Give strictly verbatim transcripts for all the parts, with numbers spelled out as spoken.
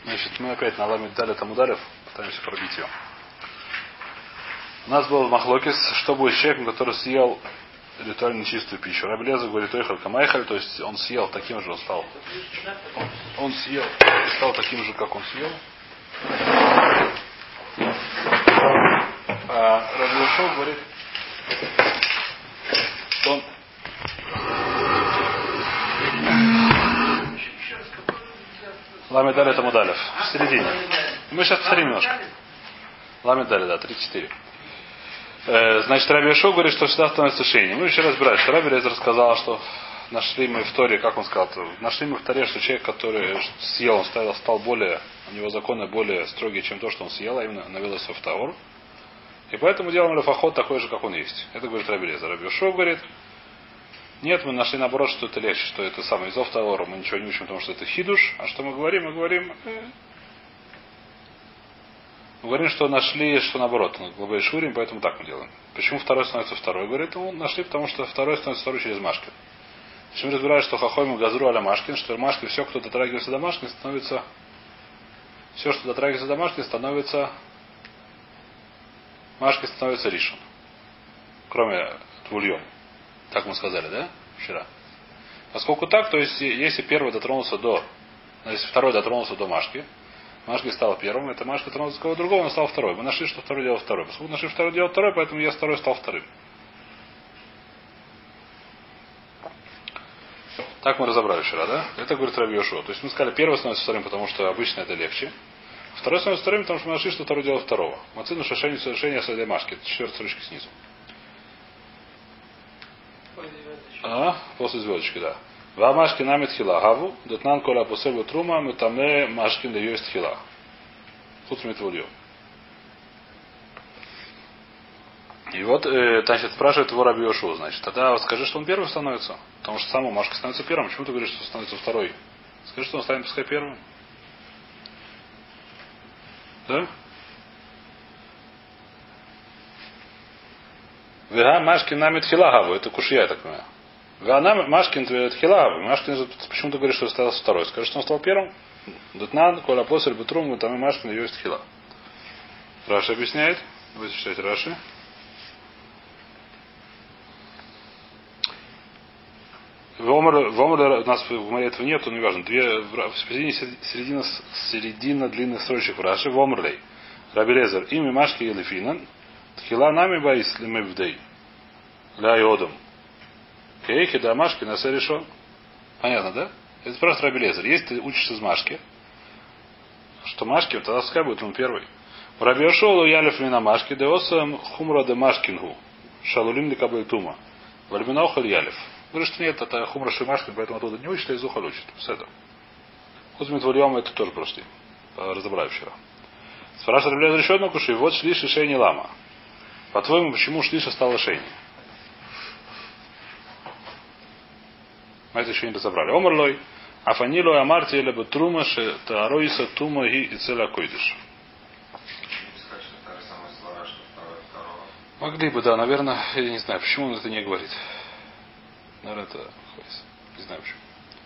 Значит, мы опять на ламит дали там ударив, пытаемся пробить ее. У нас был махлокис, что будет с человеком, который съел ритуально чистую пищу. Раби Лезер говорит, ойхаль камайхаль, то есть он съел таким же, он стал. Он, он съел и стал таким же, как он съел. А Раби Йошуа говорит, что он Ламед дали это мудалев. В середине. Мы сейчас повторим немножко. Ламед дали, да, тридцать четыре. Э, значит, Раби Йошуа говорит, что всегда становится шейни. Мы еще разбирали, что Раби Лезер сказал, что нашли мы в Торе, как он сказал, нашли мы в Торе, что человек, который съел, он стал, стал более, у него законы более строгие, чем то, что он съел, а именно навелось в Таор. И поэтому делаем лефахот такой же, как он есть. Это говорит Раби Лезер. Раби Йошуа говорит, нет, мы нашли наоборот, что это легче, что это самое из Таора, мы ничего не учим, потому что это хидуш. А что мы говорим? Мы говорим, э, мы говорим, что нашли, что наоборот, глубокий шурим, поэтому так мы делаем. Почему второй становится второй? Говорит, ну, нашли, потому что второй становится второй через Машкин. Почему разбирают, что хахойму газру аля Машкин, что Машкин, все, кто дотрагивается до Машкин, становится, все, что дотрагивается до Машкин, становится, Машкин становится ришон. Кроме твульем. Так мы сказали, да? Вчера. Поскольку так, то есть, если первый дотронулся до, если второй дотронулся до Машки, Машки стал первым, это Машка дотронулся до кого-то другого, он стал второй. Мы нашли, что второй делал второй. Поскольку нашли, что второй делал второй, поэтому я второй стал вторым. Так мы разобрали вчера, да? Это говорит Раби Йошуа. То есть мы сказали, первый становится вторым, потому что обычно это легче. Второй становится вторым, потому что мы нашли, что второй делал второго. Мацину шашени совершения среди Машки. Четвертая строчка снизу. А, после звездочки, да. Ва Машки намит хила гаву, детнан кола посебу трума, метаме Машкин да есть хила. Хуцмит вульё. И вот, э, значит, спрашивает его Раби Йошуа, значит, тогда вот скажи, что он первым становится. Потому что сам Машка становится первым. Почему ты говоришь, что становится второй? Скажи, что он станет пускай первым. Да? Вега Машкин намит хила гаву. Это кушья, я так понимаю. Вега Машкин хила гаву. Машкин, почему ты говоришь, что стал второй? Скажи, что он стал первым. Дутнан, коля после бутрум, там и Машкин есть хила. Раши объясняет. Вы читаете Раши. В Омрле у нас в море этого нет, не важно. Две в середине, середина, середина длинных строчек в Раши. В Омрлей. Раби Лезер. Имя Машки и Лефинан. Тхила нами боис лемевдей. Ля йодом. Кейхи да Машки на решен. Понятно, да? Это просто Раби Лезер. Если ты учишься из Машки, что Машки, тогда пускай будет он первый. Раби Йошуа ялев мина Машки, деосам хумра де Машкингу. Шалулим ли кабайтума. Вальминохаль ялев. Говорит, что нет, это хумра шимашкин, поэтому оттуда не учит, а из ухаль учит. С этого. Хузмит вульем это тоже прошли. Разобрали вчера. Спрашивает Раби Лезер еще одну кушу. И вот шлиши шейни лама. По-твоему, почему шлиша стала шейни? Мы это еще не разобрали. Омрлой. Афанилой амарти или бы трума ше таароиса тума и ицеля койдыш. Могли бы, да, наверное, я не знаю, почему он это не говорит. Наверное, это не знаю почему.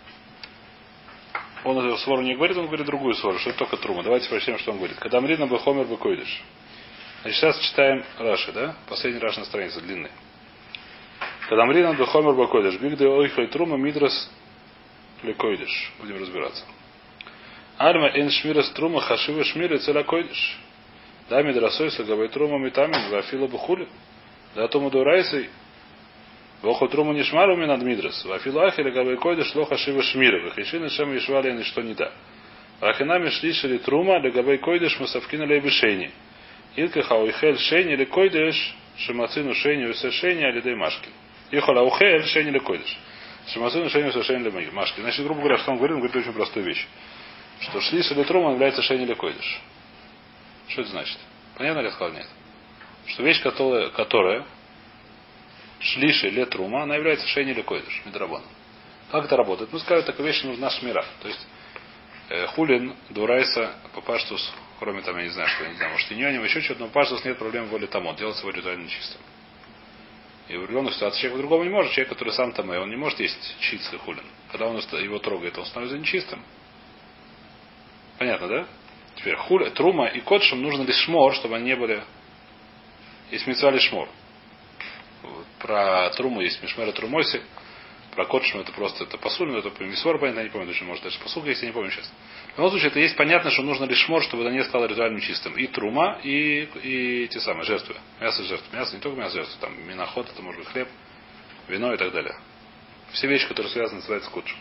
Он эту свору не говорит, он говорит другую свору, что это только трума. Давайте прочтем, что он говорит. Когда мридна бы хомер бы койдыш. Значит, сейчас читаем Раши, да? Последний Раши на странице, длинный. Когда мридна бы хомер бы койдыш. Бигды ойхай трума мидрас ли койдыш. Будем разбираться. Альма эн шмирас трума хашива шмири целя койдыш. Да мидрасой сагавай трума митамин вафила бухули. Да тому дурайсой. Воху труму не шмару ми над мидрас. Вафила ахили гавай койдыш лоха шива шмира. Вахишины шем ешвали ни что не да. Вахинами шлишили трума легавай койдыш мусавкина лейбы шейни. Илка хауихель шейни или койдыш шимацину шейни усе шейни алидей машкин. Ихола ухель шейни или койдыш. Шимацину шейни усе шейни или машкин. Значит, грубо говоря, что он говорит, он говорит очень простую вещь. Что шлиш или трума является шейни или койдыш. Что это значит? Понятно ли я сказал? Нет. Что вещь, которая, которая шлиш или трума, она является шейни или койдыш. Медрабон. Как это работает? Ну, скажем, такая вещь нужна шмира. То есть э, хулин, дурайса, папаштус, кроме там, я не знаю, что, я не знаю, может, и нянем, еще что-то, но папаштус нет проблем воли тамон, делать его ритуально чистым. И в определенных ситуациях человек по-другому не может. Человек, который сам там, он не может есть чистый хулин. Когда он его трогает, он становится нечистым. Понятно, да? Теперь хуля, трума и кодшим нужно лишь шмор, чтобы они не были. Есть митцва шмор. Про труму есть мишмера трумойси. Про кодшим это просто это посульно, это мисвор, понятно, я не помню, точно, может даже посулка, если я не помню сейчас. В любом случае, это есть понятно, что нужно лишь шмор, чтобы это не стало ритуальным чистым. И трума, и, и те самые жертвы. Мясо жертвы. Мясо не только мясо жертвы, там миноход, это может быть хлеб, вино и так далее. Все вещи, которые связаны, называются кодшим.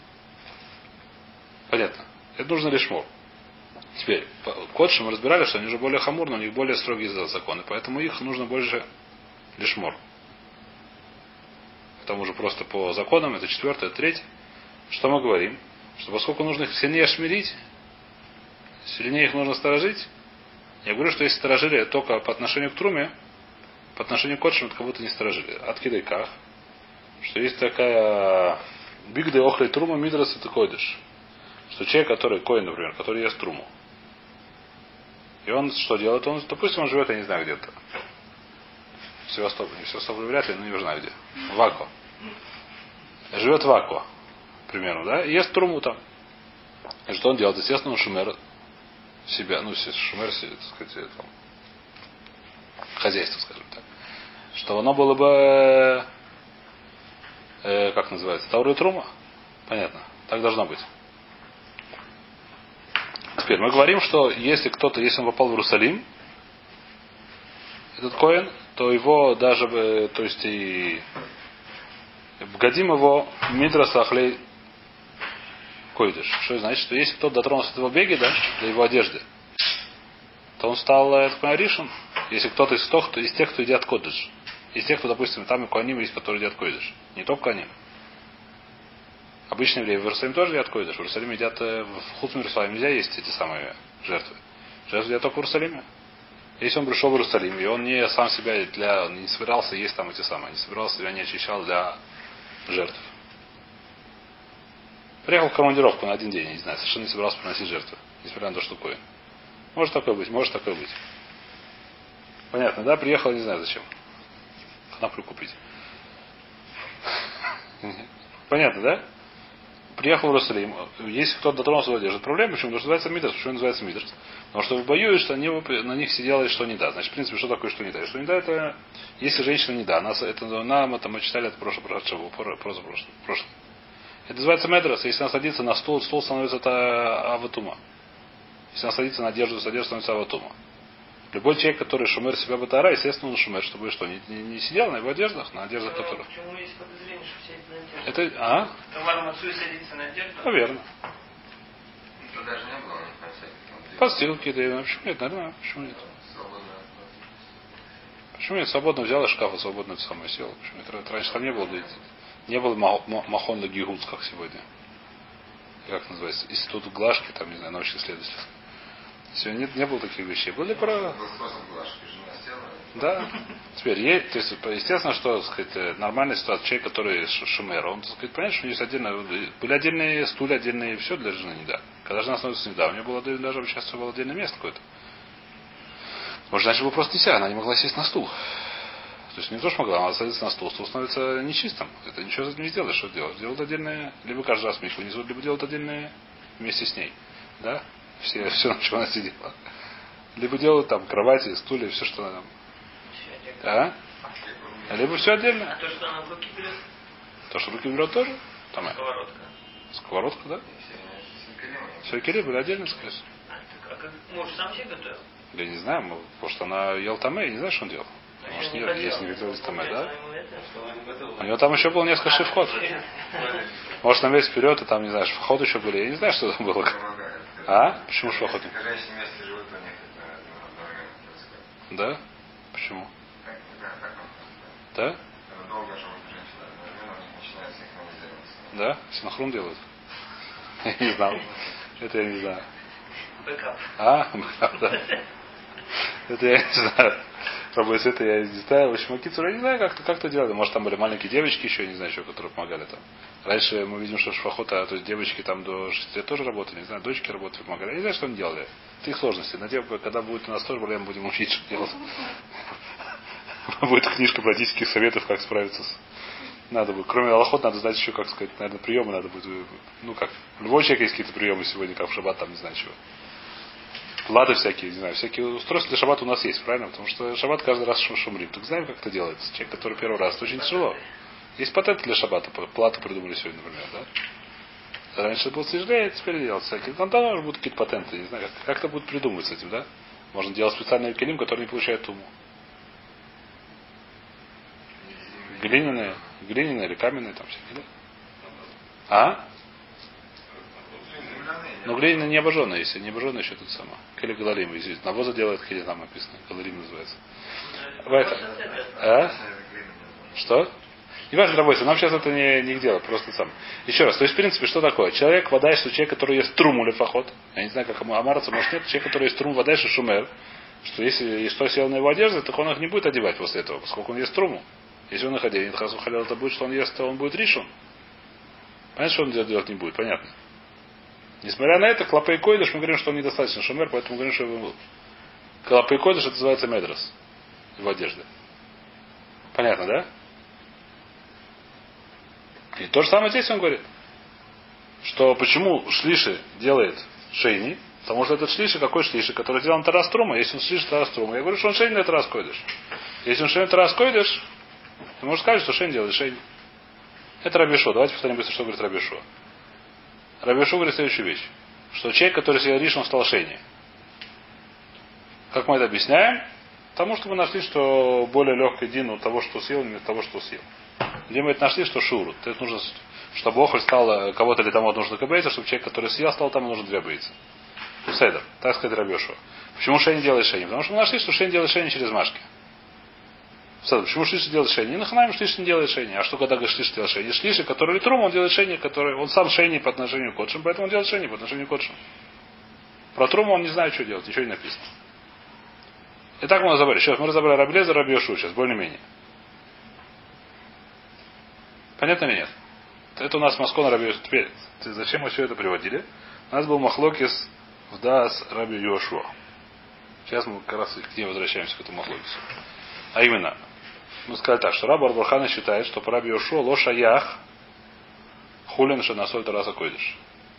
Понятно. Это нужно лишь шмор. Теперь, кодшим мы разбирали, что они уже более хамурны, у них более строгие законы, поэтому их нужно больше лишь шмор. К тому же просто по законам, это четвертое, это третье. Что мы говорим? Что поскольку нужно их сильнее шмирить, сильнее их нужно сторожить, я говорю, что если сторожили только по отношению к труме, по отношению к кодшим, это как будто не сторожили. От кидайках, что есть такая бигды охлей трума мидрас это койдыш. Что человек, который коин, например, который ест труму, и он что делает? Он, допустим, он живет, я не знаю, где-то. В Севастополе. Не в Севастополе вряд ли, но не знаю где. В Ако. Живет в Ако. К примеру, да? И ест труму там. И что он делает? Естественно, он шумер себя, ну, шумер, так сказать, там, хозяйство, скажем так. Что оно было бы, э, как называется, тауры трума? Понятно. Так должно быть. Теперь мы говорим, что если кто-то, если он попал в Иерусалим, этот коин, то его даже, то есть и вгодим его мидрас ахлей койдыш. Что это значит? Что если кто-то дотронулся до его беги, да, до его одежды, то он стал, я так понимаю, ришен. Если кто-то из, тех, из тех, кто едят кодыш. Из тех, кто, допустим, там и коаним есть, которые едят койдыш. Не только коаним. Обычные евреи в Иерусалиме тоже едят койдыш. В Иерусалиме едят, в Хуцме Иерусалиме нельзя есть эти самые жертвы. Жертвы едят только в Иерусалиме. Если он пришел в Иерусалим, и он не сам себя для, не собирался есть там эти самые, не собирался себя, не очищал для жертв. Приехал в командировку на один день, я не знаю, совершенно не собирался приносить жертвы. Несмотря на то, что такое. Может такое быть, может такое быть. Понятно, да? Приехал, не знаю зачем. Ханаплю купить. Понятно, да? Приехал в Иерусалим. Если кто-то дотронулся до одежды, проблема, почему? Потому что называется мидрс. Почему называется мидрс? Потому что боюсь, что они, на них сидело и что не да. Значит, в принципе, что такое, что не да? И что не да, это если женщина не да. Она, это, нам это мы читали это прошлое, прошлое, прошлое, прошлое. Это называется медрас. Если она садится на стул, стул становится это аватума. Если она садится на одежду, одежда становится аватума. Любой человек, который шумер себя батара, естественно, он шумер, чтобы что, не, не, не сидел на его одеждах, на одеждах которых. Почему есть подозрение, что все это на одежду? Это, а? Товаром отцу и садится на одежду? Наверное. Это даже не было, не понятно. Подстилки, да, почему нет, наверное, почему нет? Почему нет? Свободно взял из шкафа, свободно это самое сел. Почему это, это раньше там не было, не было махон лагигуц, как сегодня. Как называется? Институт Глашки, там, не знаю, научных исследователей. Сегодня не, не было таких вещей. Были про... Да. Теперь, есть, то есть, естественно, что, так сказать, нормальная ситуация, человек, который шумер, он, так сказать, понятно, что у него есть отдельно, были отдельные стулья, отдельные все для жены не да. Когда жена становится не да, у нее было даже сейчас было отдельное место какое-то. Может, раньше было просто нельзя, она не могла сесть на стул. То есть не то, что могла, она садится на стул, стул становится нечистым. Это ничего с этим не сделаешь, что делать? Делают отдельные, либо каждый раз микву несут, либо делают отдельные вместе с ней. Да? Все, все, на чем она сидела. Либо делают там кровати, стулья, все, что она там. А? Либо все отдельно. А то, что она в руки берет? То, что в руки берет тоже? Там Сковородка. Сковородка, да? Все кели были отдельно, скорее. А, так, а как муж сам себе готовил? Я не знаю, потому что она ел таме, я не знаю, что он делал. А Может, не нет, хотел, если не готовили таме, да? Это, У него там еще было несколько шеф-ход. Может, на весь вперед, и там, не знаю, шеф-ход еще были. Я не знаю, что там было. А? Почему шеф-ход? Да? Почему? Да? Да? Синхрон делают? Я не знал. Это я не знаю. бэкап. А? Да. Это я не знаю. Пробуйся, это я не знаю. В общем, Акицур, я не знаю, как-то как делали. Может, там были маленькие девочки еще, я не знаю, еще, которые помогали там. Раньше мы видим, что шфахота, то есть девочки там до шести лет тоже работали, не знаю, дочки работали, помогали. Я не знаю, что они делали. Это их сложности. Надеюсь, когда будет у нас тоже проблема, будем учить, что делать. Будет книжка практических советов, как справиться с Надо бы, кроме аллахот, надо знать еще, как сказать, наверное, приемы надо будет. Ну как, у любого человека есть какие-то приемы сегодня, как в шаббат, там, не знаю чего. Платы всякие, не знаю, всякие устройства для шаббата у нас есть, правильно? Потому что шаббат каждый раз шум шумрим. Так знаем, как это делается. Человек, который первый раз, это очень тяжело. Есть патенты для шаббата, плату придумали сегодня, например, да? Раньше было тяжелее, теперь делать всякие. Там тоже будут какие-то патенты, не знаю, как, как это будет придумывать с этим, да? Можно делать специальный келим, который не получает туму. Глиняные, глиняные или каменные там всякие, да? А? Ну, глиняные не обожженные, если не обожженные, еще тут сама. Кели галарим, если навоза делает, кели там написано. Галарим называется. В это. А? Что? Не важно, работает. Нам сейчас это не, не их дело, просто сам. Еще раз, то есть, в принципе, что такое? Человек, вода, что человек, который ест труму или фахот. Я не знаю, как ему амараться, может нет. Человек, который ест труму, вода, что шумер. Что если, если что сел на его одежды, то он их не будет одевать после этого, поскольку он ест труму. Если он их оденет, хасу халил, это будет, что он ест, то он будет ришун. Понятно, что он делать не будет, понятно. Несмотря на это, клапей койдыш, мы говорим, что он недостаточно шумер, поэтому говорим, что его клапей койдыш, это называется медрос. Его одежды. Понятно, да? И то же самое здесь он говорит. Что почему шлиши делает шейни? Потому что этот шлиши, какой шлиши, который сделан тарас трума, если он шлиши тарас трума. Я говорю, что он шейни это тарас койдыш. Если он шейни тарас койдыш, ты можешь сказать, что шейни делает шейни. Это Рабишо. Давайте повторим быстро, что говорит Рабишо. Рабишо говорит следующую вещь. Что человек, который съел риш, он стал шейни. Как мы это объясняем? Потому что мы нашли, что более легкий дин у того, что съел, не от того, что съел. Где мы это нашли, что шуру. Это нужно, чтобы охоль стал кого-то или тому нужно кабейца, чтобы человек, который съел, стал там, нужно две бейца. Седер. Так сказать Рабишо. Почему шейни делает шейни? Потому что мы нашли, что шейни делает шейни через машки. Седер. Почему шлиши делает шейни? Не наханаем, шлиши не делает шейни. А что когда шлиши делает шейни? Шлиши, который литрум, он делает шейни, который он сам шейни по отношению к отшим, поэтому он делает шейни по отношению к отшим. Про труму он не знает, что делать, ничего не написано. Итак, мы разобрали. Сейчас мы разобрали Раблеза, Рабиошу, сейчас более-менее. Понятно или нет? Это у нас Маскон Раби Йошуа. Теперь, зачем мы все это приводили? У нас был Махлокис в Даас Раби Йошуа. Сейчас мы как раз к ней возвращаемся, к этому Махлокису. А именно, мы сказали так, что Раб Арбархана считает, что по Раби Йошуа лоша ях хулин шанасоль тараса койдыш.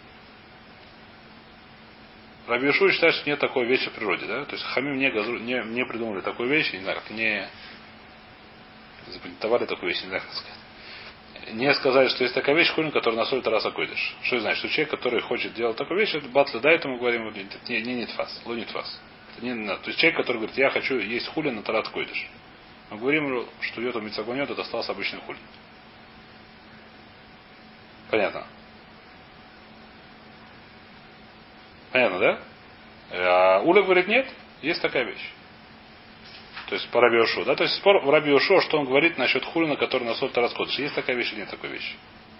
Раби Йошуа считает, что нет такой вещи в природе, да? То есть хамим не, газу, не, не придумали такую вещь, не знаю, как не запатентовали такую вещь, не знаю, как сказать. Не сказали, что есть такая вещь, хулин, которая на соль тараса койдыш. Что это значит? Что человек, который хочет делать такую вещь, это батла, да, это мы говорим, это не, не нитфас, ло нитфас. Это не, то есть человек, который говорит, я хочу есть хулин на тарат койдыш. Мы говорим, что йоту мицагонет, это остался обычный хулин. Понятно? Понятно, да? А Уля говорит, нет, есть такая вещь. То есть по Раби Йошуа, да? То есть спор в Раби Йошуа, что он говорит насчет хулина, который на соль тарас койдыш. Есть такая вещь или нет такой вещи?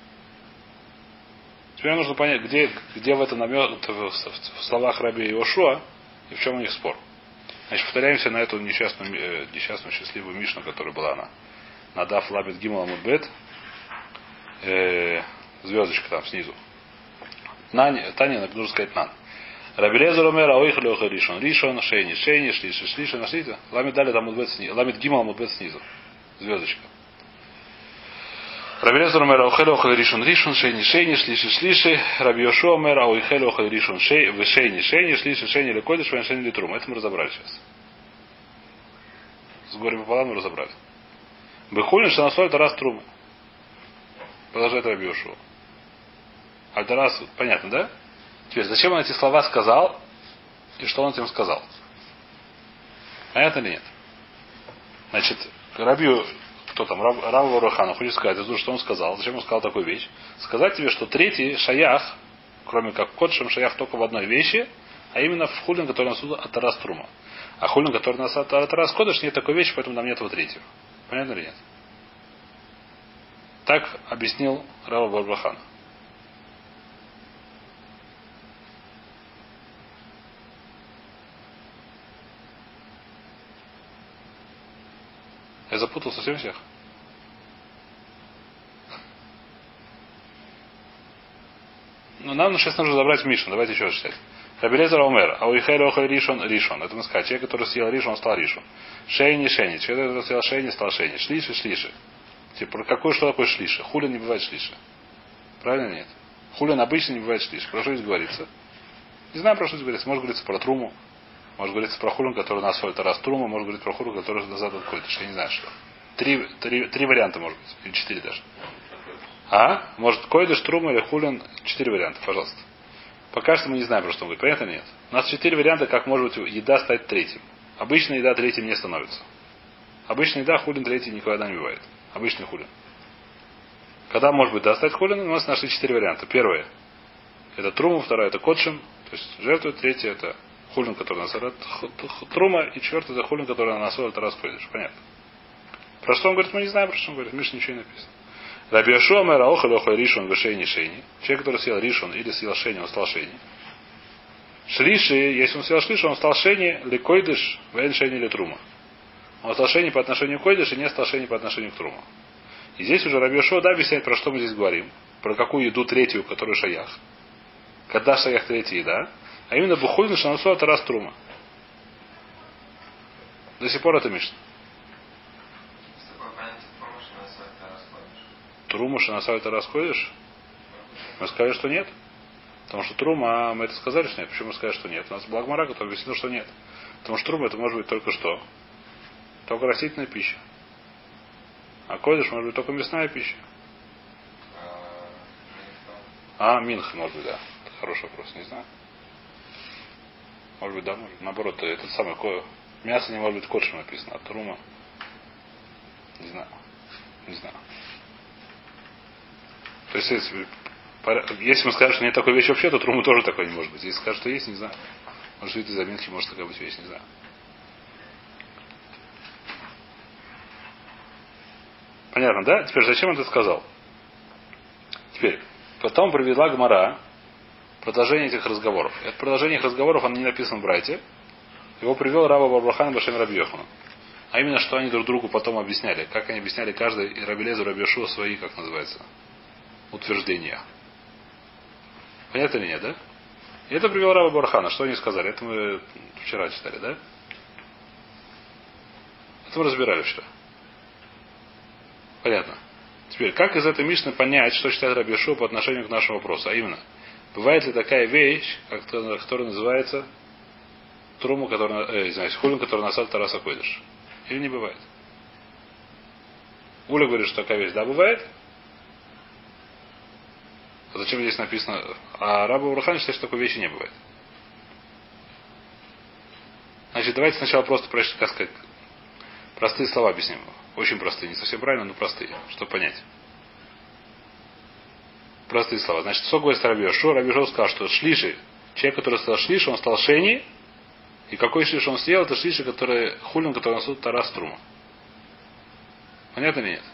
Теперь нужно понять, где, где в этом намет, в, в, в словах Раби Йошуа и в чем у них спор. Значит, повторяемся на эту несчастную, э, несчастную счастливую Мишну, которая была на Надаф Лабет Гимал Амудбет. Э, звездочка там снизу. Нань, Таня, нужно сказать Нан. Рабилезер Омер, Аоихали Охай Ришон. Ришон, Шейни, Шейни, Шлиши, Шлиши, нашлите. Ламит дали там Амудбет снизу. Ламит Гимал Амудбет снизу. Звездочка. Рабилезер Омер, Аоихали Охай Ришон. Ришон, Шейни, Шейни, Шлиши, Шлиши. Раби Йошуа Омер, Аоихали Охай Ришон. Шейни, Шейни, Шлиши, Шейни, Лекодиш, Шейни, Литрум. Это мы разобрали сейчас. С горем пополам мы разобрали. Бехулин, что на соль, это раз трум. Продолжает Раби Йошуа. А это раз, понятно, да? Теперь, зачем он эти слова сказал и что он этим сказал? Понятно или нет? Значит, Рабию, кто там, Раб, Рав Варухану, хочет сказать, что он сказал. Зачем он сказал такую вещь? Сказать тебе, что третий шаях, кроме как Кодшем, шаях только в одной вещи, а именно в хулин, который нас от Тарас Трума. А хулин, который нас от Тарас Кодыш, нет такой вещи, поэтому там нет его третьего. Понятно или нет? Так объяснил Рав Варухану. Я запутал совсем всех. Ну, нам сейчас нужно забрать Мишну. Давайте еще раз читать. Рабилезер Омер, Ауихель Охель Ришон, Ришон. Это мы сказали. Человек, который съел Ришон, стал Ришон. Шейни, Шейни. Человек, который съел Шейни, стал Шейни. Шлиши, Шлиши. Типа, про какой, что такое шлиша? Хулин не бывает шлиша. Правильно нет? Хулин обычно не бывает шлиша. Про что здесь говорится? Не знаю, про что здесь говорится. Может говорится про труму. Может говорится про хулин, который на асфальт раз трума. Может говорить про хулин, который назад от койдыш. Я не знаю, что. Три, три, три варианта, может быть. Или четыре даже. А? Может койдыш, трума или хулин. Четыре варианта, пожалуйста. Пока что мы не знаем, про что он говорит. Понятно или нет? У нас четыре варианта, как может быть еда стать третьим. Обычная еда третьим не становится. Обычная еда хулин третий никогда не бывает. Обычный хулин. Когда может быть достать хулин, у нас нашли четыре варианта. Первое это трума, второе это котшим, то есть жертва, третье это хулин, который на насорат трума, и четвертое это хулин, который на насорат раз койдыш. Понятно. Про что он говорит, мы не знаем, про что он говорит. В Мишне ничего не написано. Раби Йошуа мэр аохаль охаль ришон вешейни шейни. Человек, который съел ришон или съел шейни, он стал шейни. Шлиши, если он съел шлиши, он стал шейни ли койдыш, вейн шейни ли трума. Он стал шейни по отношению к койдыш и не стал шейни по отношению к труму. И здесь уже Раби Йошуа, да, объясняет, про что мы здесь говорим. Про какую еду третью, которую шаях. Когда шаях третья еда. А именно бухульна шанасу это раз трума. До сих пор это Мишна. Трума шанасу это раз койдыш? Мы сказали, что нет. Потому что трума, а мы это сказали, что нет. Почему мы сказали, что нет? У нас была гмара, которая объяснила, что нет. Потому что трума это может быть только что. Только растительная пища. А койдыш может быть только мясная пища. А, минх, может быть, да. Это хороший вопрос, не знаю. Может быть, да, может быть. Наоборот, этот самый ко... мясо не может быть кодшем написано, а трума. Не знаю. Не знаю. То есть, если, если мы скажем, что нет такой вещи вообще, то трума тоже такой не может быть. Если скажут, что есть, не знаю. Может быть, из-за минхи может такая быть вещь, не знаю. Понятно, да? Теперь зачем он это сказал? Теперь, потом привела Гмара продолжение этих разговоров. Это продолжение этих разговоров, оно не написано в Брайте. Его привел Рава Барбахан Башем Раби Йохану. А именно, что они друг другу потом объясняли. Как они объясняли каждый и Раби Лезу, Раби Йошуа свои, как называется, утверждения. Понятно или нет, да? И это привел Рава Барбахана. Что они сказали? Это мы вчера читали, да? Это мы разбирали вчера. Понятно. Теперь, как из этой Мишны понять, что считает Раби Йошуа по отношению к нашему вопросу? А именно, бывает ли такая вещь, как, которая называется труму, которая, э, извиняюсь, хулин, который насад Тараса койдыш? Или не бывает? Уля говорит, что такая вещь, да, бывает? А зачем здесь написано? А Раба Барбахан считает, что такой вещи не бывает. Значит, давайте сначала просто, как сказать, простые слова объясним. Очень простые, не совсем правильно, но простые, чтобы понять. Простые слова. Значит, что говорит Раби Йошуа? Раби Йошуа сказал, что шлиши, человек, который стал шлиши, он стал шени, и какой шлиш он съел, это шлиши, который хулин, который несут Тарас Трума. Понятно или нет?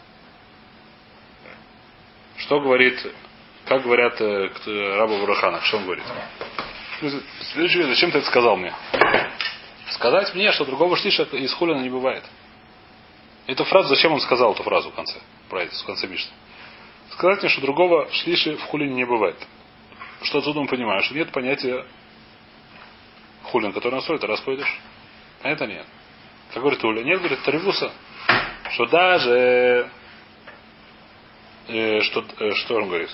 Что говорит, как говорят э, Раба Барбахана, что он говорит? Следующий, зачем ты это сказал мне? Сказать мне, что другого шлиша из хулина не бывает. Эту фразу, зачем он сказал эту фразу в конце? Про это, в конце Мишны. Сказать мне, что другого шлиши в хулине не бывает. Что отсюда мы понимаем? Что нет понятия хулин, который настроит, а раскойдыш. Понятно нет? Как говорит Уля? Нет, говорит Таривуса. Что даже э, что, э, что он говорит?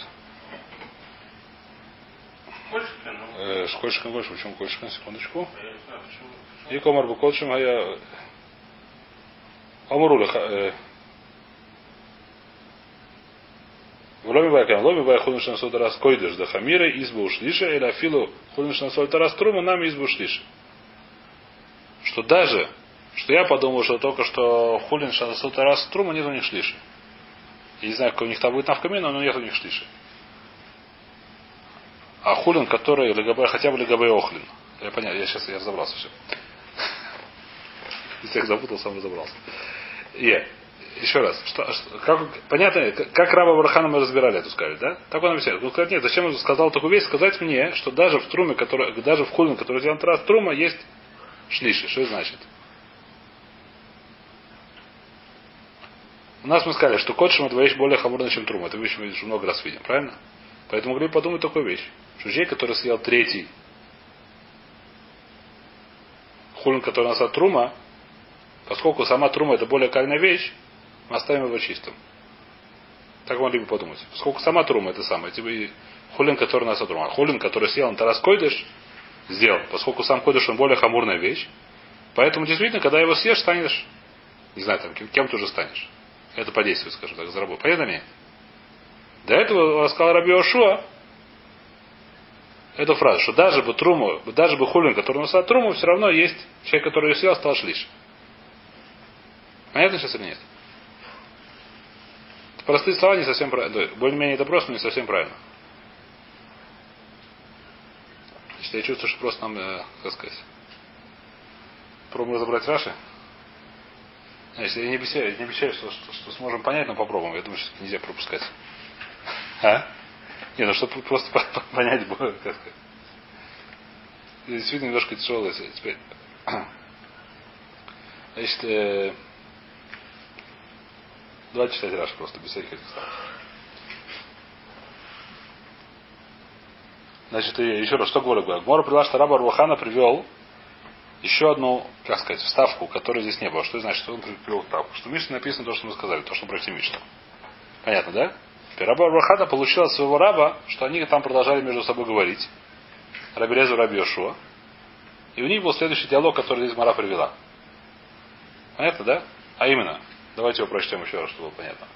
Кольшикин, ну. Э, Кольшикин, Кольшикин, почему Кольшикин? Секундочку. И комар бы Кольшим, а я Амуруля. Ломи байкам, ломи бай хулиш на сот раз койдыш да хамира избу ушлиша или афилу хулиш на сот раз трума нам избу ушлиша. Что даже, что я подумал, что только что хулин на сот раз трума нет у них шлиши. Я не знаю, какой у них там будет навкамина, но нет у них шлиши. А хулин, который легабе, хотя бы легабе охлин. Я понял, я сейчас я разобрался все. Если я запутал, сам разобрался. И еще раз, что, как, понятно, как Раба Барбахана мы разбирали эту сказали, да? Так он объясняет. Он сказать, нет, зачем он сказал такую вещь? Сказать мне, что даже в труме, который, даже в хулин, который сделан раз трума, есть шлиши. Что это значит? У нас мы сказали, что кодшим это вещь более хамурная, чем трума. Это вещь мы уже много раз видим, правильно? Поэтому могли подумать такую вещь. Что человек, который съел третий хулин, который у нас от трума, поскольку сама трума это более кальная вещь, мы оставим его чистым. Так могли бы подумать. Поскольку сама трума это самое, типа и хулин, который нас трума. Хулин, который съел на тарас койдыш, сделал. Поскольку сам койдыш он более хамурная вещь. Поэтому действительно, когда его съешь, станешь, не знаю, там, кем, кем ты уже станешь. Это подействует, скажем так, заработает. Понятно мне? До этого рассказал Раби Йошуа эту фразу, что даже бы труму, даже бы хулин, который носил труму, все равно есть человек, который ее съел, стал шлиш. Понятно сейчас или нет? Это простые слова не совсем правильно. Более-менее это просто, но не совсем правильно. Значит, я чувствую, что просто нам, э, как сказать, пробуем разобрать Раши. Значит, я не обещаю, не обещаю что, что, что сможем понять, но попробуем. Я думаю, что нельзя пропускать. А? Не, ну чтобы просто понять, как сказать. Действительно немножко тяжелое теперь. Значит, э, давайте читать Раши просто, без всяких этих слов. Значит, еще раз, что говорю? Гмора привела, что Раба Руахана привел еще одну, как сказать, вставку, которой здесь не было. Что значит, что он привел вставку? Что в Мишне написано то, что мы сказали, то, что мы прочли Мишну. Понятно, да? Теперь Раба Руахана получил от своего раба, что они там продолжали между собой говорить. Раби Лезер, Раби Йошуа. И у них был следующий диалог, который здесь Мара привела. Понятно, да? А именно, давайте его прочтем еще раз, чтобы было понятно.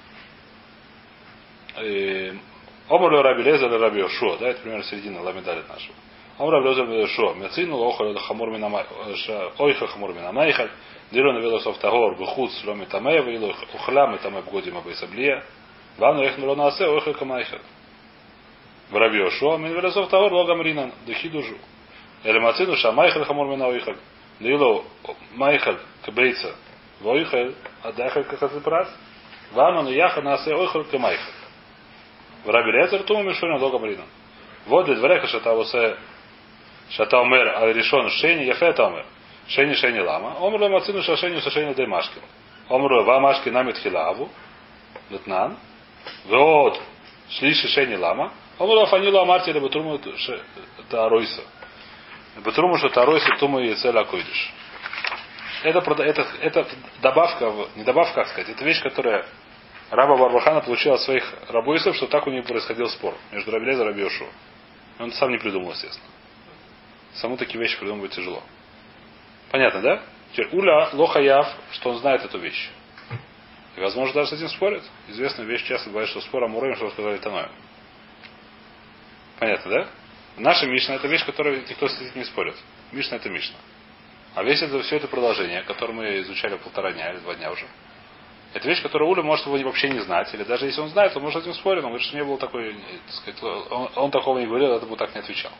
Омар Раби Лезер, Раби Йошуа, да, это примерно середина ламедалит нашего. Омар Раби Лезер, Раби Йошуа, мецину охоль хамур минамай, ойха хамур минамайхаль, диру навелосов тагор, бухуц шломи тамея, вилу ухлам и тамэ бгодим абайсаблия, вану эхну лонаасе, ойха камайхаль. В Раби Йошуа, мин велосов тагор, логам ринан, дехидужу. Элемацину шамайхаль хамур минамайхаль, дилу майхаль кабейца, войхаль, адахаль кахазипрас, вану наяха наасе, ойха камайхаль. В Раби Лезер тума мишуна логам ринан. Вот для дворяка шата восе шата умер аль решон шени яфета умер. Шени шени лама. Омру мацину шашению сашению даймашки. Омру вамашки намит хилаву. Летнан. Вот шлиши шени лама. Омру афанилу амарти или батруму тааройса. Батруму что тааройса тума и целя койдиш. Это, это, это добавка, не добавка, как сказать, это вещь, которая Раба Барбахана получил от своих рабойсов, что так у них происходил спор между Раби Лезер и Раби Йошуа. Он сам не придумал, естественно. Саму такие вещи придумывать тяжело. Понятно, да? Теперь Уля Лохаяв, что он знает эту вещь. И, возможно, даже с этим спорит. Известная вещь часто бывает, что спор Амуроем, что сказали Таноем. Понятно, да? Наша Мишна это вещь, которую никто с этим не спорит. Мишна это Мишна. А весь это, все это продолжение, которое мы изучали полтора дня или два дня уже. Это вещь, которую Уля может его вообще не знать. Или даже если он знает, он может с этим спорить. Он говорит, что не было такой, так сказать, он, он такого не говорил, это бы так не отвечал.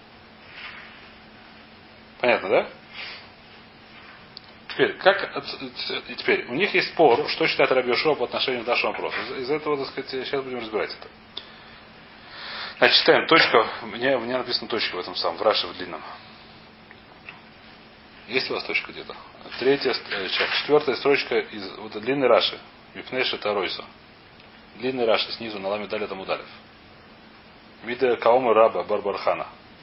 Понятно, да? Теперь, как, теперь, у них есть спор, что считает Раби Йошуа по отношению к нашему вопросу. Из, из этого, так сказать, сейчас будем разбирать это. Значит, читаем точка. Мне, мне написано точка в этом самом, в Раше в длинном. Есть у вас точка где-то? Третья, четвертая строчка из вот длинной Раши. Мипнейша Таройса. Длинный Раши снизу на ламе дали там ударив. Вида Каома Раба Барбархана.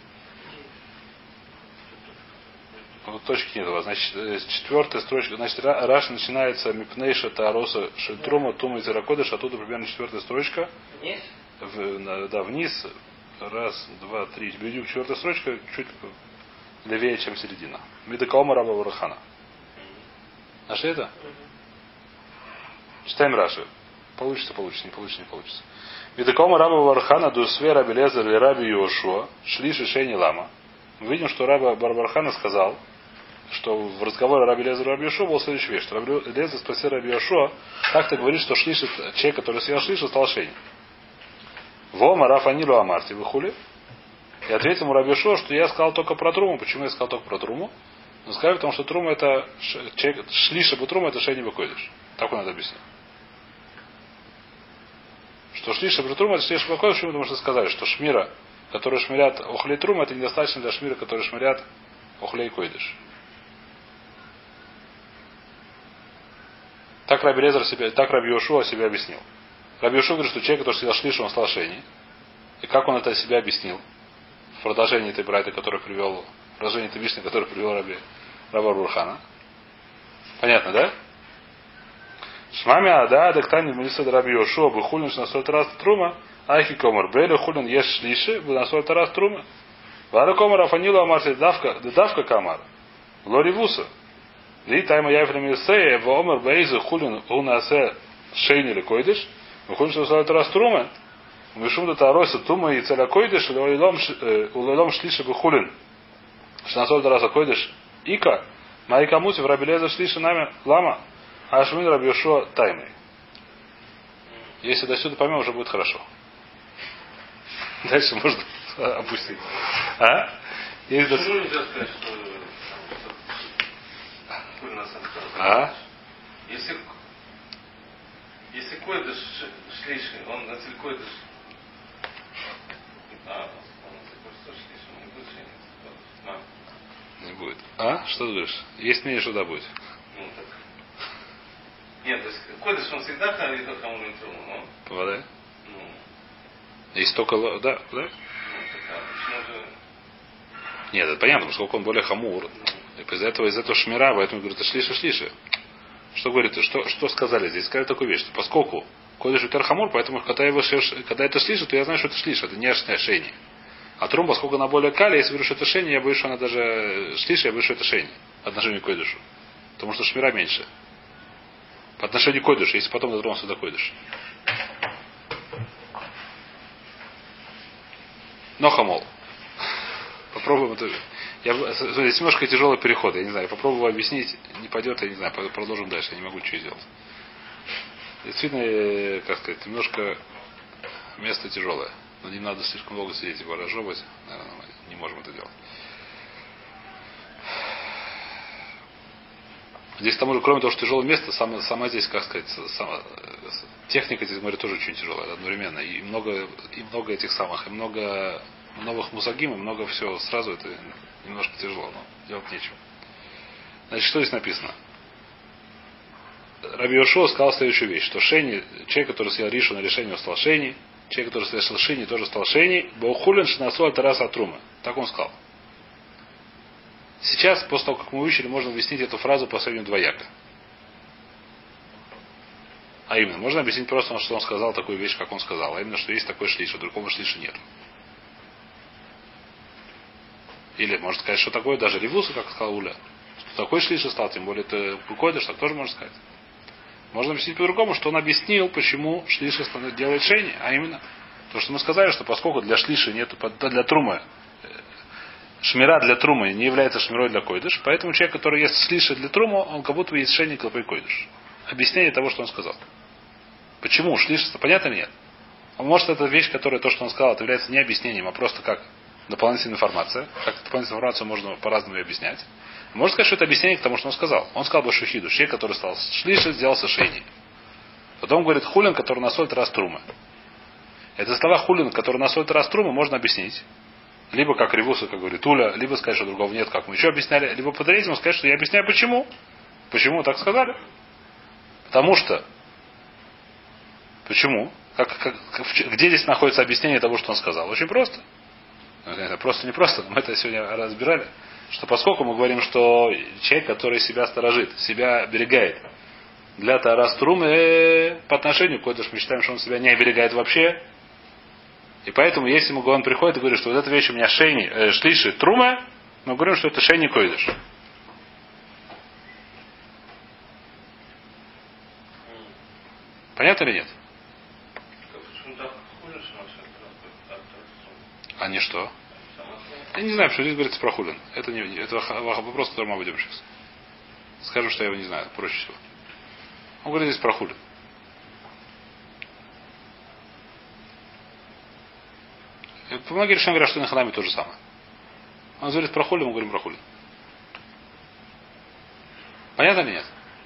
Вот точки нет у вас. Значит, четвертая строчка. Значит, Раши начинается Мипнейша Тароса Шельтрума Тума и Зеракодыш, оттуда примерно четвертая строчка. Вниз? В, да, вниз. Раз, два, три. Бедюк, четвертая строчка, чуть левее, чем середина. Вида Каома Раба Барбархана. Нашли это? Читаем Раши. Получится, получится, не получится, не получится. Видакома Раба Барбархана дусве Раби Лезер или Раби Йошуа шли шишени лама. Мы видим, что Раба Барбархана сказал, что в разговоре Раби Лезер и Раби Йошуа была следующая вещь. Что Раби Лезер спросил Раби Йошуа, как ты говоришь, что шлиш, человек, который съел шлиша, стал шени. Вома Рафанилу Амарти выхули. И ответил ему Раби Йошуа, что я сказал только про труму. Почему я сказал только про труму? Но сказали, потому что трума это шлиша бы трума это шени бакойдыш. Так он это объяснил. Что шлиша бы трума это шлиша бакойдыш, почему? Потому что сказали, что шмира, которые шмирят охлей трума, это недостаточно для шмира, которые шмирят охлей койдыш. Так Раби Лезер себя, так Раби Йошуа себя объяснил. Раби Йошуа говорит, что человек, который съел шлишу, он стал шени. И как он это себя объяснил? В продолжении этой брайты, который привел, в продолжении этой вишни, который привел Раби Раба Барбархана. Понятно, да? Шмами ада, дактани милиса драби Йошуа, бухулин шнасот раз трума, айхи комар, бейля хулин еш шлиши, бнасот раз трума. Вара комар афанила амарси давка, давка камар. Лоривуса. Ли тайма яфрами сея, в омар бейза хулин унасе шейни или койдыш, бухулин шнасот раз трума. Вишум да тароса тума и целя койдыш, улайлом шлиши бухулин. Шнасот раз койдыш, ика, майка мути в рабелеза шлиши нами лама. А Шмин Раби Йошуа таймой. Если до сюда поймем, уже будет хорошо. Дальше можно опустить. А? Если до... нельзя сказать, что А? Если если койдыш шлиши, он на цель койдыш. А, он на цель койдыш шлиши, он не будет шлиши. Не будет. А? Что ты говоришь? Есть мнение, что да будет. Ну так. Нет, то есть койдыш он всегда хамурин хамурин труму, но? Попадай. Ну. Есть только... Да, да? Ну, так, а почему же... Нет, это понятно, поскольку он более хамур. Ну. И из этого, из этого шмира, поэтому говорит, это шлиша, шлиша. Что говорит, что, что сказали здесь? Сказали такую вещь, что поскольку койдыш утер хамур, поэтому когда, его, когда это шлиша, то я знаю, что это шлиша, это не шейни. А трум, поскольку она более кали, если я говорю, что это шейни, я боюсь, что она даже шлиша, я боюсь, что это шейни. По отношению к койдышу. Потому что шмира меньше. По отношению к койдышу, если потом дотронулся до койдыша. Но хамол. Попробуем это. Я, здесь немножко тяжелый переход, я не знаю, попробую объяснить, не пойдет, я не знаю, продолжим дальше, я не могу ничего сделать. Действительно, как сказать, немножко место тяжелое, но не надо слишком долго сидеть и выражевывать, наверное, мы не можем это делать. Здесь, к тому же, кроме того, что тяжелое место, сама, сама здесь, как сказать, сама, техника здесь, говорю, тоже очень тяжелая, одновременно. И много, и много этих самых, и много новых мусагим, и много всего сразу, это немножко тяжело, но делать нечего. Значит, что здесь написано? Раби Йошуа сказал следующую вещь, что Шени, человек, который съел Ришу на решение, он стал Шени, человек, который съел Шини, тоже стал Шени, Баухулин Шинасу Альтарас Атрума. Так он сказал. Сейчас, после того, как мы выучили, можно объяснить эту фразу по сравнению двояко. А именно, можно объяснить просто, что он сказал такую вещь, как он сказал. А именно, что есть такой шлиш, а другого шлиша нет. Или можно сказать, что такое даже ревуса, как сказал Уля. Что такой шлиша стал, тем более это койдыш, так тоже можно сказать. Можно объяснить по-другому, что он объяснил, почему шлиша делает шейни. А именно, то, что мы сказали, что поскольку для шлиши нет, для трумы, шмира для трумы не является шмирой для койдыш, поэтому человек, который ест шлиша для трумы, он как будто бы есть шейни клопой койдыш. Объяснение того, что он сказал. Почему? Шлиша, понятно или нет? А может, это вещь, которая то, что он сказал, это является не объяснением, а просто как дополнительная информация. Как дополнительную информацию можно по-разному объяснять. Можно сказать, что это объяснение к тому, что он сказал. Он сказал Башухиду, человек, который стал шлиша, сделался шейни. Потом говорит хулин, который на соль раз трумы. Это слова хулин, который на соль раз трумы, можно объяснить. Либо как ревуса, как говорит Уля, либо сказать, что другого нет, как мы еще объясняли, либо под этим сказать, что я объясняю почему. Почему так сказали? Потому что. Почему? Как, как, где здесь находится объяснение того, что он сказал? Очень просто. Это просто не просто, мы это сегодня разбирали. Что поскольку мы говорим, что человек, который себя сторожит, себя оберегает, для Тарас Трумы по отношению к койдыш мы считаем, что он себя не оберегает вообще. И поэтому, если мы, он приходит и говорит, что вот эта вещь у меня шейни, э, шлиши трума, мы говорим, что это шейни койдыш. Понятно или нет? А не что? Я не знаю, что здесь говорится про хулин. Это, не, это вопрос, который мы обойдем сейчас. Скажем, что я его не знаю, проще всего. Он говорит здесь про хулин. Многие решения говорят, что на ханаме то же самое. Он говорит про хулин, мы говорим про хулин. Понятно или нет?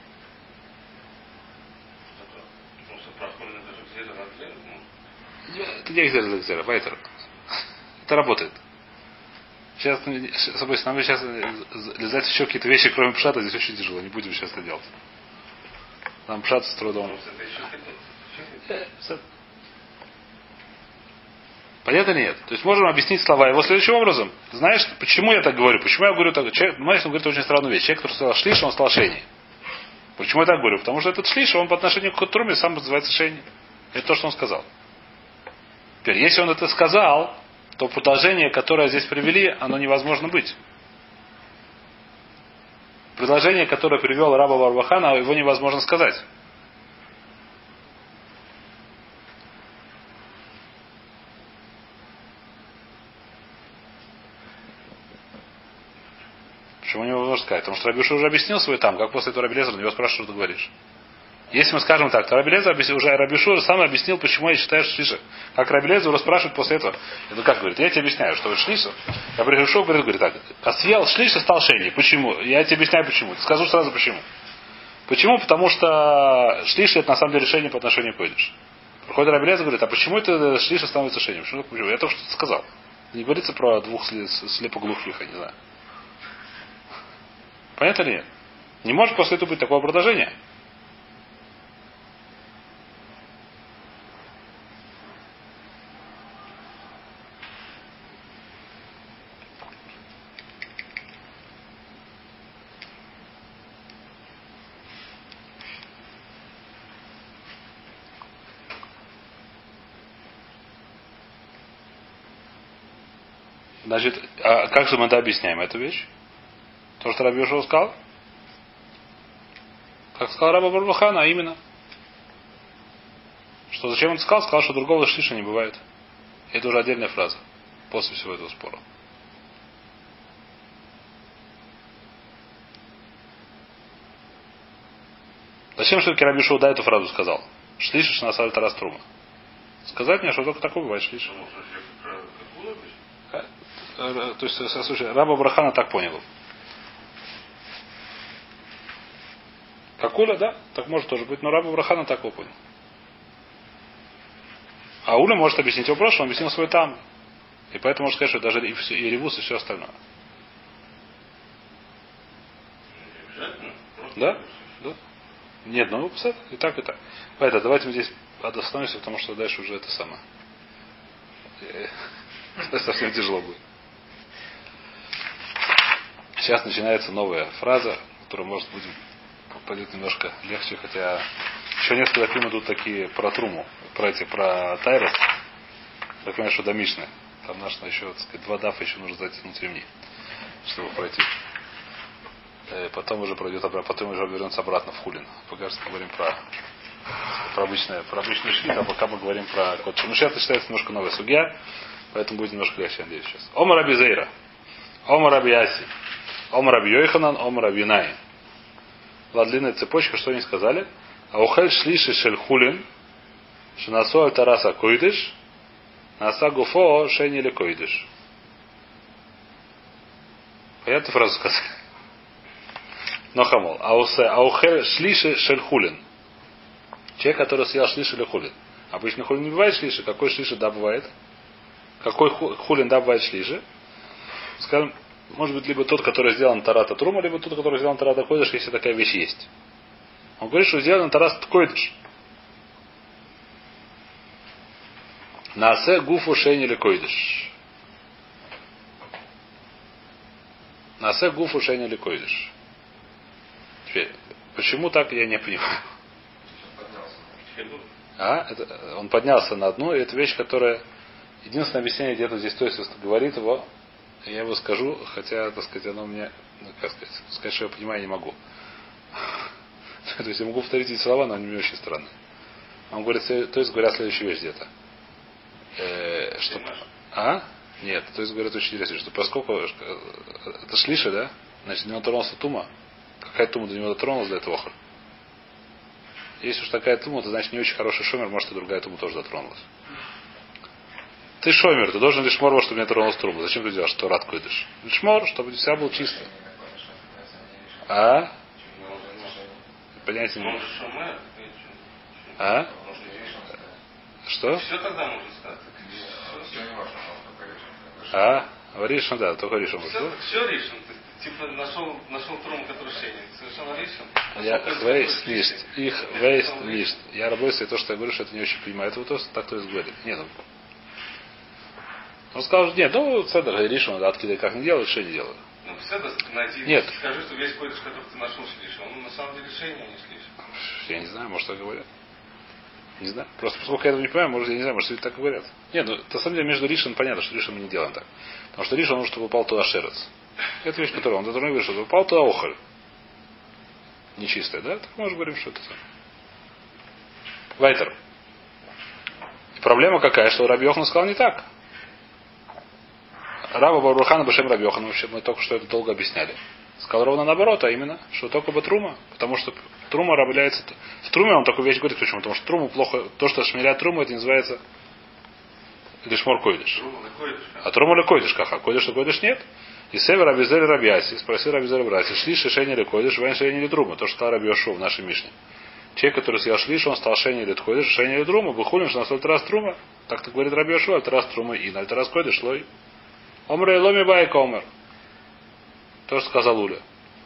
Это не гзера, вайтер. Это работает. Сейчас, с нам сейчас лизать еще какие-то вещи, кроме пшата, здесь очень тяжело. Не будем сейчас это делать. Нам пшат с трудом. Понятно или нет? То есть можем объяснить слова его следующим образом. Знаешь, почему я так говорю? Почему я говорю так? Человек, знаешь, он говорит очень странную вещь. Человек, который стал шлиш, он стал шейни. Почему я так говорю? Потому что этот шлиш, он по отношению к труме сам называется шейни. Это то, что он сказал. Теперь, если он это сказал, то предложение, которое здесь привели, оно невозможно быть. Предложение, которое привел Раба Барбахана, его невозможно сказать. Почему невозможно сказать? Потому что Рабиуша уже объяснил свой там, как после этого Рабелезера на него спрашивают, что ты говоришь. Если мы скажем так, то Рабелезер уже Рабиуша сам объяснил, почему я считаю, что шлиша. Как Рабелезер уже спрашивает после этого. Это как говорит? Я тебе объясняю, что шлиша. Я пришел, говорит, говорит так. А съел шлиша, стал шейни. Почему? Я тебе объясняю, почему. Скажу сразу, почему. Почему? Потому что шлиша это на самом деле решение по отношению к койдыш. Приходит Рабелезер, говорит, а почему это шлиша становится шейни? Почему? Почему? Я только что сказал. Не говорится про двух слепоглухих, я не знаю. Понятно или нет? Не может после этого быть такого продолжения. Значит, а как же мы да объясняем эту вещь? То, что Раби Йошуа сказал? Как сказал Раба Барбахана, а именно. Что зачем он сказал? Сказал, что другого шлиша не бывает. Это уже отдельная фраза. После всего этого спора. Зачем все-таки Раби Йошуа да эту фразу сказал? Шлиша шнасаль тарас трума. Сказать мне, что только такое бывает шлиша. То есть, слушай, Раба Барбахана так понял. Как Уля, да? Так может тоже быть. Но Раба Брахана так его понял. А Уля может объяснить его прошлое, он объяснил свой там. И поэтому можно сказать, что даже и, все, и ревус, и все остальное. Да? Да? Нет, ну и так, и так. Поэтому давайте мы здесь остановимся, потому что дальше уже это самое. Совсем тяжело будет. Сейчас начинается новая фраза, которую, может быть, пойдет немножко легче, хотя еще несколько фильмов идут такие про Труму, про эти, про Тайрос. Так понимаешь, что до Мишны. Там наш еще, так сказать, два дафа еще нужно затянуть ремни, чтобы пройти. И потом уже пройдет обратно, потом уже вернется обратно в Хулин. Пока что говорим про, про обычное, про обычный швид, а пока мы говорим про код. Ну, сейчас это считается немножко новая судья, поэтому будет немножко легче, надеюсь, сейчас. Омар Раби Зейра, Омар Раби Яси, Омар Раби Йоханан, Омар Раби Юнай. Была длинная цепочка, что они сказали? Аухель шлиши шель хулин, шинасу аль тараса койдыш, наса гуфо шейни или койдыш. Понятно фразу сказали? Но хамол. Аухель шлиши шель хулин. Человек, который съел шлиши или хулин. Обычно хулин не бывает шлиши. Какой шлиши да бывает? Какой хулин да бывает шлиши? Скажем, может быть, либо тот, который сделан тарата трума, либо тот, который сделан тарата койдыш, если такая вещь есть. Он говорит, что сделан тарата койдыш. Наасе гуфу шейни или койдыш. Наасе гуфу шейни или койдыш. Теперь, почему так, я не понимаю. А? Это, он поднялся на одну, и это вещь, которая... Единственное объяснение где-то здесь, то есть, говорит его, я его скажу, хотя, так сказать, оно мне, ну, как сказать, сказать, что я понимаю, не могу. То есть я могу повторить эти слова, но они мне очень странные. Он говорит, то есть говорят следующую вещь где-то. Э, что... А? Нет, то есть говорят очень интересно, что поскольку это шлиша, да? Значит, до него тронулся тума. Какая тума до него дотронулась до этого охр? Если уж такая тума, то значит не очень хороший шомер, может и другая тума тоже дотронулась. Ты шомер, ты должен лишь мор, чтобы не тронулась трума. Зачем ты делаешь, что рад койдыш? Лишь мор, чтобы вся был чисто. А? Понятия не. А? Что? Все тогда можно сказать. А? Ришон, да, только Ришон. Все, все Ришон. Ты типа нашел, нашел трум, который шейник. Совершенно Ришон. Я вейст лист. Их вейст лист. Я работаю, и то, что я говорю, что это не очень понимаю. Это вот то, так то есть говорит. Нет. Он сказал, что нет, ну, цедр Ришон, да, откидывай, как не делают, что не делают. Ну, беседа, найти, Нет. скажи, что весь койдыш, который ты нашел, слишком. Он на самом деле шейни, а не слишком. Я не знаю, может, так говорят. Не знаю. Просто поскольку я этого не понимаю, может, я не знаю, может, люди так говорят. Нет, ну, на самом деле, между Ришем понятно, что Ришем мы не делаем так. Потому что Ришем, он чтобы упал туда шерец. Это вещь, которую он должен говорить, что упал туда охоль. Нечистая, да? Так мы же говорим, что это. Вайтер. И проблема какая, что Раби Йохан сказал не так. Раба Барбухана Башем Раби Йохан, вообще мы только что это долго объясняли. Сказал ровно наоборот, а именно, что только бы трума. Потому что трума является... В труме он такую вещь говорит, почему? Потому что труму плохо... То, что шмеля труму, это называется лишмор койдыш. А труму ли койдыш, как? А койдыш, что койдыш нет? И север Рабизель Рабиаси, спросил Рабизель Рабиаси, шли шишение или койдыш, вайн шишение или трума. То, что сказал Раби Йошуа в нашей Мишне. Человек, который съел шлиш, он стал шейни или койдыш, шейни или трума, выхулин, что на сто раз трума. Так-то говорит Раби Йошуа, альт раз трума и альт раз койдыш, шлой. Омре ломи байка омер. То, что сказал Уля.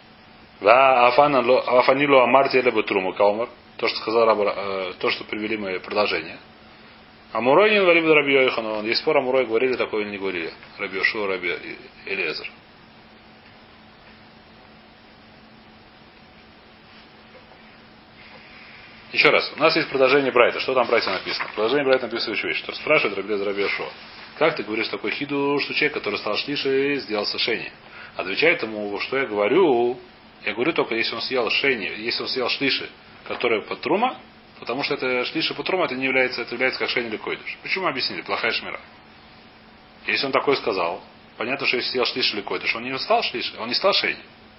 Афанилу амарти или бы трума каумер. То, что сказал Раба, то, что привели мы продолжение. Амурой не говорили Раби Йохан. Есть спор, Амурой говорили, такое или не говорили. Раби Йошуа, Раби Элиэзер. Еще раз. У нас есть продолжение Брайта. Что там в Брайте написано? Продолжение Брайта написано еще вещь. Что спрашивает Раби Элиэзер Раби Йошуа. Как ты говоришь такой хиду, что человек, который стал шлишей, сделал сошение? Отвечает ему, что я говорю. Я говорю только, если он съел шейни, если он съел шлиши, которые под трума, потому что это шлиши под трума, это не является, это является как шейни или койдыш. Почему объяснили? Плохая шмира. Если он такое сказал, понятно, что если съел шлиши или койдыш, он не стал шлиши, он не стал шейни.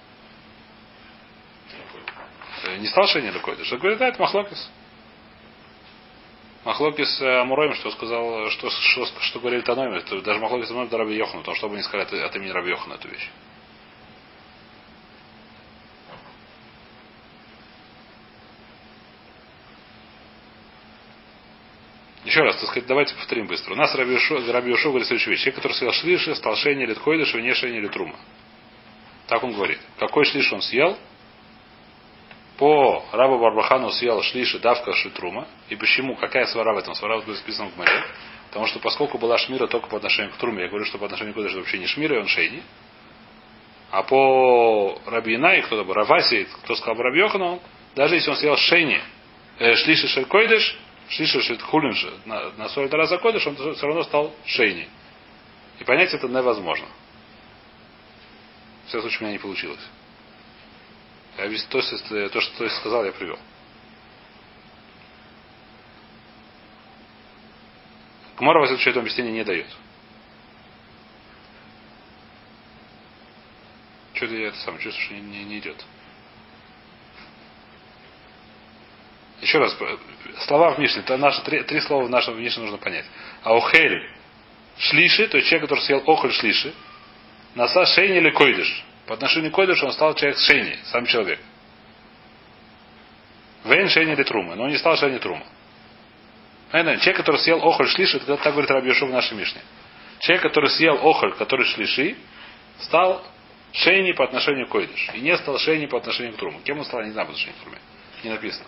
Не стал шейни или койдыш. Он говорит, да, это махлокис. Махлокис Амуроем, что сказал, что, что, что говорили Таноим, это даже махлокис Таноим до Раби Йохана, потому что бы не сказали от, от имени Раби Йохана эту вещь. Еще раз, так сказать, давайте повторим быстро. У нас Раби Йошуа говорит следующую вещь. Человек, который съел шлиши, стал шейни или ткойдыш, не шейни или трума. Так он говорит. Какой шлиш он съел? По Рабу Барбахану съел шлиши, давка шитрума. И почему? Какая свара в этом? Свара будет записана в Гмаре. Потому что поскольку была шмира только по отношению к труме, я говорю, что по отношению к койдыш это вообще не шмира, и он шейни. А по Раби Инай, кто-то бы Раваси, кто сказал Раби Йохану, даже если он съел шейни, э, шлиши шель койдыш, шлиша шит хулин на, на сорок раз закодыш, он все равно стал шейни. И понять это невозможно. В всяком случае, у меня не получилось. Я весь то, то, что я сказал, я привел. Гмара во следующее объяснение не дает. Что-то я это сам чувствую, что не, не, не идет. Еще раз, слова в Мишне, это наши, три, три слова в нашем Мишне нужно понять. Аухель шлиши, то есть человек, который съел охоль шлиши, наса шейни или койдыш. По отношению к койдышу он стал человек шейни, сам человек. Вейн шейни или трума, но он не стал шейни трума. Человек, который съел охоль шлиши, это так говорит Раби Йошуа в нашей Мишне. Человек, который съел охоль, который шлиши, стал шейни по отношению к койдыш. И не стал шейни по отношению к труму. Кем он стал, я не знаю по отношению к труме. Не написано.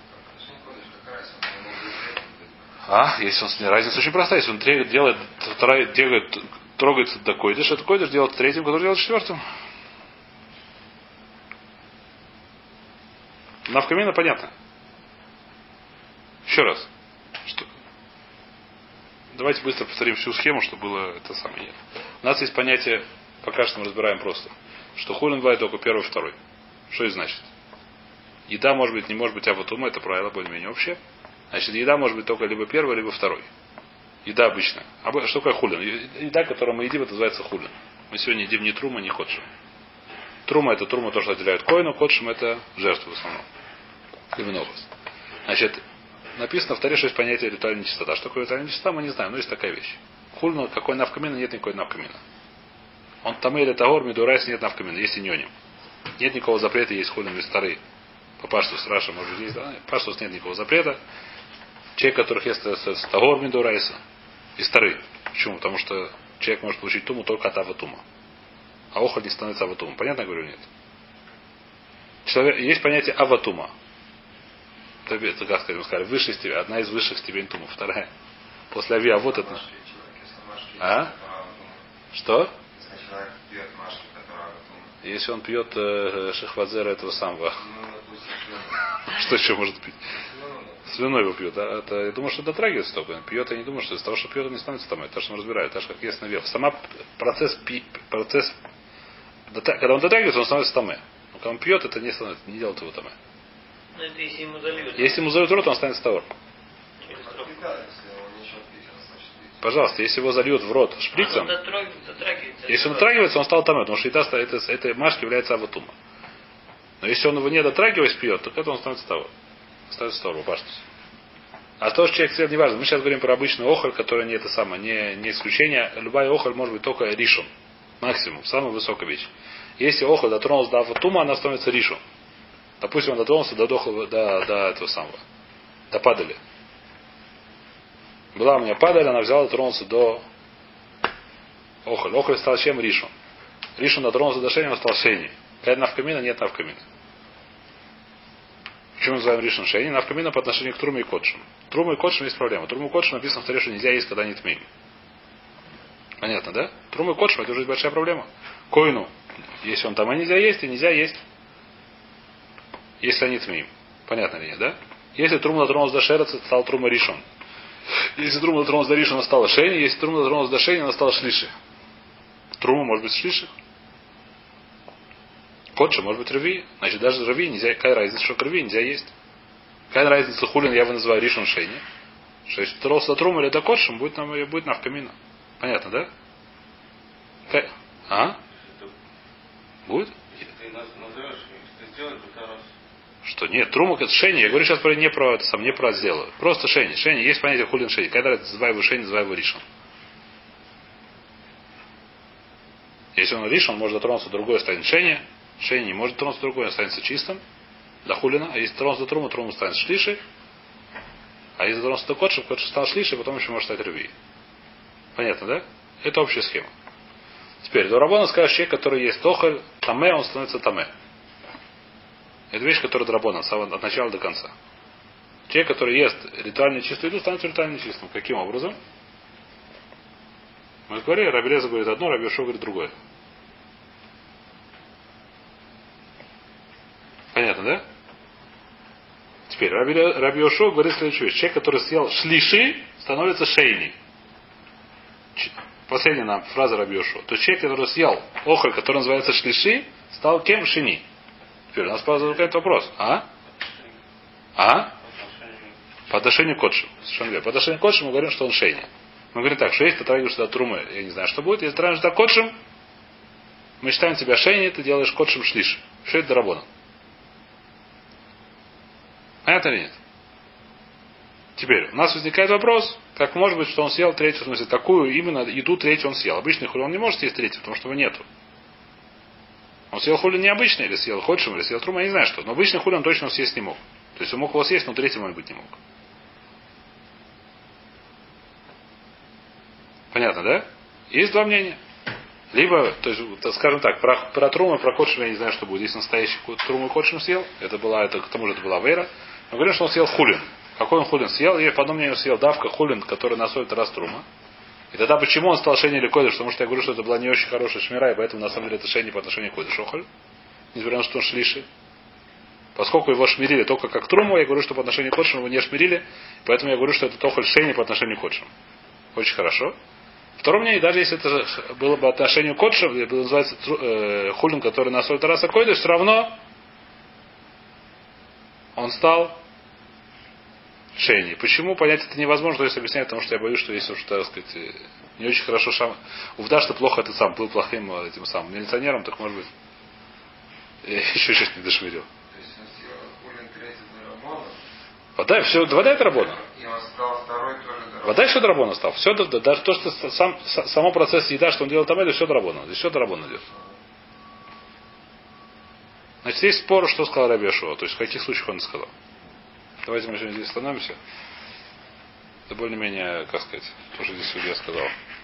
А, если он разница очень простая. Если он делает, делает, трогается до койдыш, это койдыш делает третьим, который делает четвертым. Навкамина понятно. Еще раз. Что? Давайте быстро повторим всю схему, чтобы было это самое. У нас есть понятие, пока что мы разбираем просто, что хулин бывает только первый, второй. Что это значит? Еда может быть, не может быть абатума, это правило более-менее общее. Значит, еда может быть только либо первый, либо второй. Еда обычно. А что такое хулин? Еда, которую мы едим, это называется хулин. Мы сегодня едим не трума, не кодшим. Трума это трума, то, что отделяют коину, кодшим это жертву в основном. Лиминохос. Значит, написано в Торе, что есть понятие ритуальной чистота. Что такое ритуальная чистота, мы не знаем, но есть такая вещь. Хулин, какой навкамина, нет никакой навкамина. Он там или тагор, мидурайс, нет навкамина, есть и нёним. Нет никакого запрета, есть хулин без старый. По паштус Раша, может быть, есть, да? Паштус нет никакого запрета. Человек, который ест с тагор мидурайса и старый. Почему? Потому что человек может получить туму только от аватума. А охоль не становится аватумом. Понятно, я говорю, нет? Человек, есть понятие аватума. Это, это как сказать, сказали, высшая степень, одна из высших степеней тума. Вторая. После ави, а вот это. А? Что? Если он пьет э, шахвадзера этого самого, Ну, допустим, свиной. что еще может пить? Ну, Свиной его пьет, да? Это, я думаю, что дотрагивается только. Он пьет, я не думаю, что из того, что пьет, он не становится там. Это то, что он разбирает, так же, как есть наверх. Сама процесс, пи, процесс когда он дотрагивается, он становится таме. Но когда он пьет, это не становится, не делает его таме. Ну, это если ему зальют. Если ему зальют в рот, он станет тавор. Через а трубку. когда, если он ничего пить, он значит пить. Пожалуйста, если его зальют в рот А, шприцем, ну, дотраг- дотрагивается. если он дотрагивается, он стал таме, потому что это, это, это машки является аватума. Но если он его не дотрагиваясь пьет, то это он становится тавор. Становится тавор, башнус. А то, что человек съел, не важно. Мы сейчас говорим про обычный охоль, который не это самое, не, не исключение. Любая охоль может быть только ришон. Максимум, самая высокая вещь. Если охоль дотронулся до аватума, она становится ришон. Допустим, он дотронулся до, до, до, до этого самого. До падали. Была у меня падаль, она взяла, дотронулся до охоль. Охоль стал чем? Ришон. Ришон дотронулся до шени, он стал шени. Когда навкамина, нет навкамина. Почему мы называем ришон шени? Навкамина по отношению к труме и котшам. Трума и котшам есть проблема. Трума и котшам написано в таре, что нельзя есть, когда они тмим. Понятно, да? Трума и котшам это уже большая проблема. Коину, если он там, и нельзя есть, и нельзя есть, если они тмим. Понятно ли нет, да? Если трума дотронулась до шерца, стал трума ришон. Если трума дотронулась до ришона, стала шени. Если трума дотронулась до шени, она стала шлиши. Трума может быть шлиши. Котша может быть рви. Значит, даже рви нельзя. Какая разница, что рви нельзя есть? Какая разница, хулин я его называю ришон шени. Что если дотронулся до трума или до котша, будет нам будет навкамина. Понятно, да? Как... А? Будет? Если ты нас назовешь, если ты сделаешь, то раз. Что? Нет, трума это шени. Я говорю сейчас про, не про это сам, не про сделаю. Просто шени. Шени. Есть понятие хулин шени. Когда называю его шени, называю его ришон. Если он ришон, он может дотронуться до другой, станет шени. Шени не может дотронуться до другой, он останется чистым. До хулина. А если дотронуться до трума, трума станет шлишей. А если дотронуться до котша, котша стал шлишей, потом еще может стать рви. Понятно, да? Это общая схема. Теперь, до Рабона скажешь, человек, который есть тохаль, таме, он становится таме. Это вещь, которая до Рабона, от начала до конца. Человек, который ест ритуально чистую еду, становится ритуально чистым. Каким образом? Мы говорили, Раби Леза говорит одно, Раби Йошуа говорит другое. Понятно, да? Теперь, Раби, Раби Йошуа говорит следующую вещь. Человек, который съел шлиши, становится шейни. Последняя нам фраза Раби Йошуа. То есть человек, который съел охоль, который называется шлиши, стал кем? Шини. Теперь у нас возникает вопрос. А? А? По отношению к котшу. Совершенно верно. По отношению к котшу мы говорим, что он шейни. Мы говорим так, что если ты дотрагиваешься до трумы, я не знаю, что будет. Если ты дотрагиваешься до котшем, мы считаем тебя шейни, ты делаешь котшем шлиш. Что это дарабона? Понятно или нет? Теперь, у нас возникает вопрос, как может быть, что он съел третью, в смысле, какую именно еду третью он съел. Обычный хулин он не может съесть третью, потому что его нету. Он съел хулин необычный, или съел ходшим, или съел трум, я не знаю что. Но обычный хулин он точно съесть не мог. То есть он мог его съесть, но третьим он быть не мог. Понятно, да? Есть два мнения. Либо, то есть, скажем так, про, про трум и про ходшим я не знаю, что будет. Если настоящий трум и ходшим съел, это была, это, к тому же это была вейра. Мы говорим, что он съел хулин. Какой он хулин съел? И по одному мнению съел давка хулин, который на соль раз трума. И тогда почему он стал шейни или койдыш? Потому что я говорю, что это была не очень хорошая шмира, и поэтому на самом деле это шейни по отношению к койдыш охоль. Несмотря на то, что он шлиши. Поскольку его шмирили только как труму, я говорю, что по отношению к кодшам его не шмирили, поэтому я говорю, что это тохоль шейни по отношению к кодшам. Очень хорошо. Второе мнение, даже если это было бы отношению к кодшам, это называется э, хулин, который на соль тараса койдыш, все равно он стал шейни. Почему? Понять это невозможно, если объяснять, потому что я боюсь, что если уж, так сказать, не очень хорошо шам... Увда, что плохо это сам, был плохим этим самым милиционером, так может быть еще чуть не дошмирил. То есть он съел хулин третий дарабона. Вода, все, вода это рабона. И он стал второй тоже дарабона. Вода еще драбона стал. Все, даже то, что сам, само процесс еда, что он делал там, это все драбона. Здесь все драбона идет. Значит, есть спор, что сказал Раби Йошуа, то есть в каких случаях он сказал. Давайте мы сегодня здесь остановимся. Это более-менее, как сказать, то, что здесь судья сказал.